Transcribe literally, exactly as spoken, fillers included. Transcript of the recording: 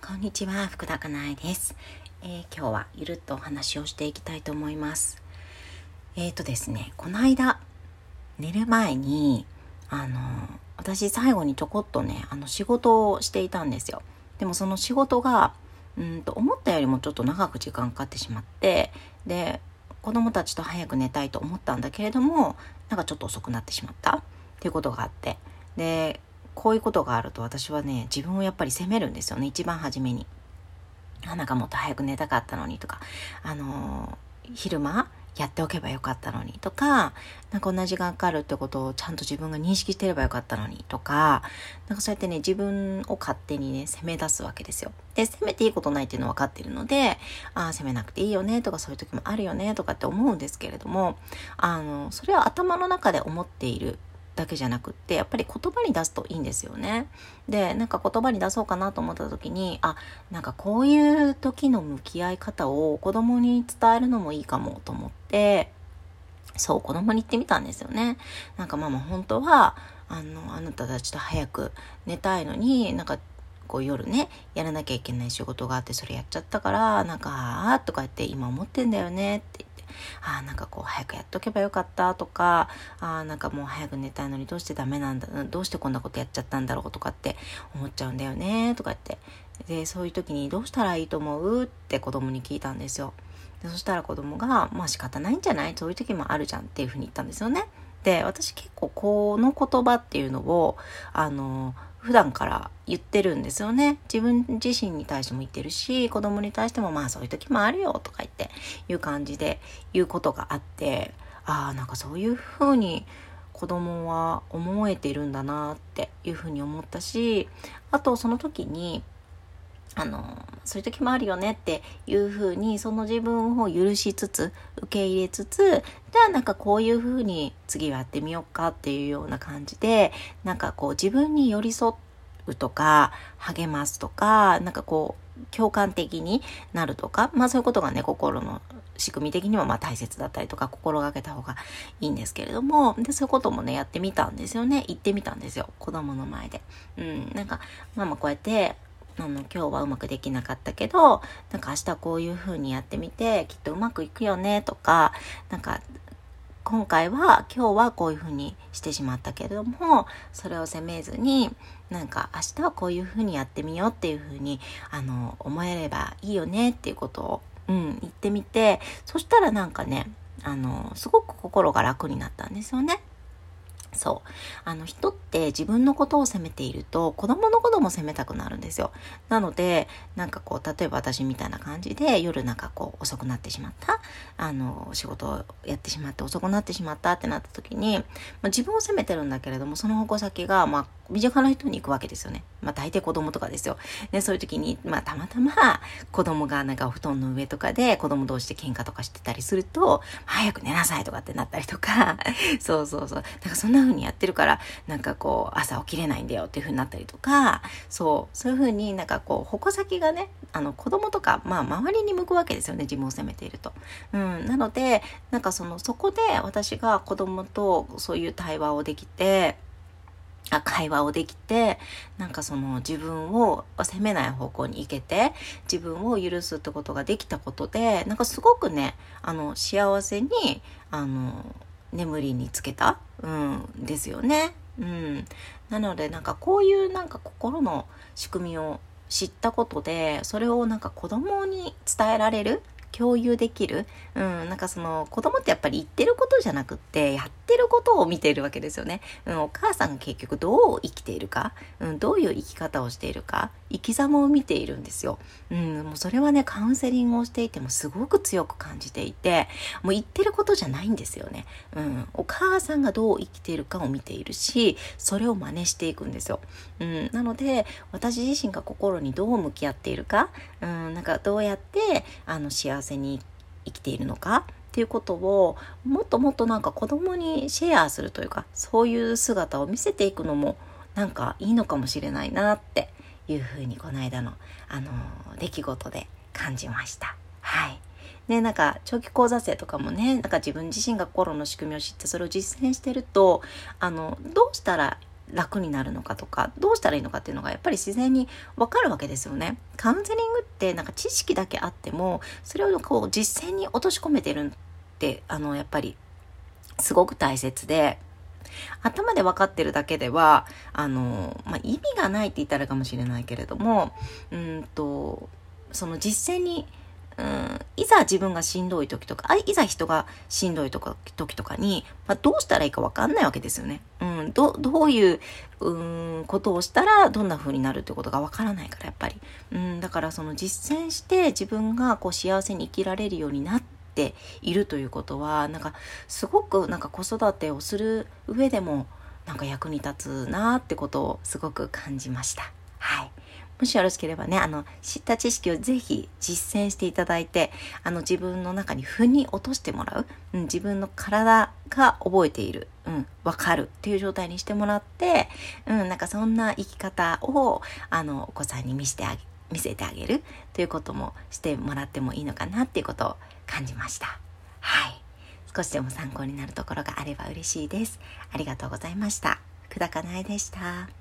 こんにちは、福田かなえです、えー、今日はゆるっとお話をしていきたいと思います。えーとですね、この間寝る前にあの私最後にちょこっとねあの仕事をしていたんですよ。でもその仕事がうんと思ったよりもちょっと長く時間かかってしまって、で子供たちと早く寝たいと思ったんだけれども、なんかちょっと遅くなってしまったっていうことがあって、でこういうことがあると私はね自分をやっぱり責めるんですよね。一番初めにあなんかもっと早く寝たかったのにとか、あのー、昼間やっておけばよかったのにとか、なんか同じがかかるってことをちゃんと自分が認識してればよかったのにとか、なんかそうやってね自分を勝手にね責め出すわけですよ。で責めていいことないっていうのは分かっているので、あ責めなくていいよねとかそういう時もあるよねとかって思うんですけれども、あのそれは頭の中で思っているだけじゃなくって、やっぱり言葉に出すといいんですよね。でなんか言葉に出そうかなと思った時に、あなんかこういう時の向き合い方を子供に伝えるのもいいかもと思って、そう子供に言ってみたんですよね。なんかママ本当はあのあなたたちと早く寝たいのに、なんかこう夜ねやらなきゃいけない仕事があってそれやっちゃったから、なんかあーとか言って今思ってんだよねって言って、あなんかこう早くやっとけばよかったとか、あなんかもう早く寝たいのにどうしてダメなんだ、どうしてこんなことやっちゃったんだろうとかって思っちゃうんだよねとか言って、でそういう時にどうしたらいいと思うって子供に聞いたんですよ。でそしたら子供がまあ仕方ないんじゃない、そういう時もあるじゃんっていうふうに言ったんですよね。で私結構この言葉っていうのをあの普段から言ってるんですよね。自分自身に対しても言ってるし、子供に対してもまあそういう時もあるよとか言っていう感じで言うことがあって、ああなんかそういう風に子供は思えているんだなっていう風に思ったし、あとその時にあのそういう時もあるよねっていう風にその自分を許しつつ受け入れつつ、じゃあなんかこういう風に次はやってみようかっていうような感じで、なんかこう自分に寄り添うとか励ますとか、なんかこう共感的になるとか、まあそういうことがね心の仕組み的にはまあ大切だったりとか心がけた方がいいんですけれども、でそういうこともねやってみたんですよね。言ってみたんですよ、子供の前で。うんなんかママこうやってあの今日はうまくできなかったけど、なんか明日こういう風にやってみてきっとうまくいくよねとか、なんか今回は今日はこういう風にしてしまったけれども、それを責めずになんか明日はこういう風にやってみようっていう風にあの思えればいいよねっていうことを、うん、言ってみて、そしたらなんかねあのすごく心が楽になったんですよね。そうあの人って自分のことを責めていると子供のことも責めたくなるんですよ。なのでなんかこう例えば私みたいな感じで夜なんかこう遅くなってしまった、あの仕事をやってしまって遅くなってしまったってなった時に、まあ、自分を責めてるんだけれども、その矛先がまあ身近な人に行くわけですよね。まあ大抵子供とかですよ。でそういう時にまあたまたま子供がなんかお布団の上とかで子供同士で喧嘩とかしてたりすると、早く寝なさいとかってなったりとかそうそうそう、だからそんな風にやってるからなんかこう朝起きれないんだよっていう風になったりとか、そうそういう風になんかこう矛先がねあの子供とかまあ周りに向くわけですよね、自分を責めていると。うんなのでなんかそのそこで私が子供とそういう対話をできて、あ会話をできて、なんかその自分を責めない方向に行けて自分を許すってことができたことで、なんかすごくねあの幸せにあの眠りにつけた、うん、ですよね。うん、なのでなんかこういうなんか心の仕組みを知ったことで、それをなんか子供に伝えられる、共有できる、うん、なんかその子供ってやっぱり言ってることじゃなくってやってることを見ているわけですよね。うん、お母さんが結局どう生きているか、うん、どういう生き方をしているか、生き様を見ているんですよ。うん、もうそれはねカウンセリングをしていてもすごく強く感じていて、もう言ってることじゃないんですよね。うん、お母さんがどう生きているかを見ているし、それを真似していくんですよ。うん、なので私自身が心にどう向き合っているか、うん、なんかどうやってあの幸せに生きているのかっていうことをもっともっとなんか子供にシェアするというか、そういう姿を見せていくのもなんかいいのかもしれないなっていうふうにこの間のあの出来事で感じました。はい。でなんか長期講座生とかもね、なんか自分自身が心の仕組みを知ってそれを実践してると、あのどうしたら楽になるのかとか、どうしたらいいのかっていうのがやっぱり自然に分かるわけですよね。カウンセリングってなんか知識だけあっても、それをこう実践に落とし込めてるってあのやっぱりすごく大切で、頭で分かってるだけではあの、まあ、意味がないって言ったらかもしれないけれども、うんとその実践にうん、いざ自分がしんどい時とか、あいざ人がしんどいとか時とかに、まあ、どうしたらいいか分かんないわけですよね。うん、どどういう、うん、ことをしたらどんな風になるってことが分からないから、やっぱり、うん、だからその実践して自分がこう幸せに生きられるようになっているということは、なんかすごくなんか子育てをする上でもなんか役に立つなってことをすごく感じました。はい。もしよろしければね、あの、知った知識をぜひ実践していただいて、あの、自分の中に腑に落としてもらう。うん、自分の体が覚えている。うん、わかるっていう状態にしてもらって、うん、なんかそんな生き方を、あの、お子さんに見せてあげ、見せてあげるということもしてもらってもいいのかなっていうことを感じました。はい。少しでも参考になるところがあれば嬉しいです。ありがとうございました。久高苗でした。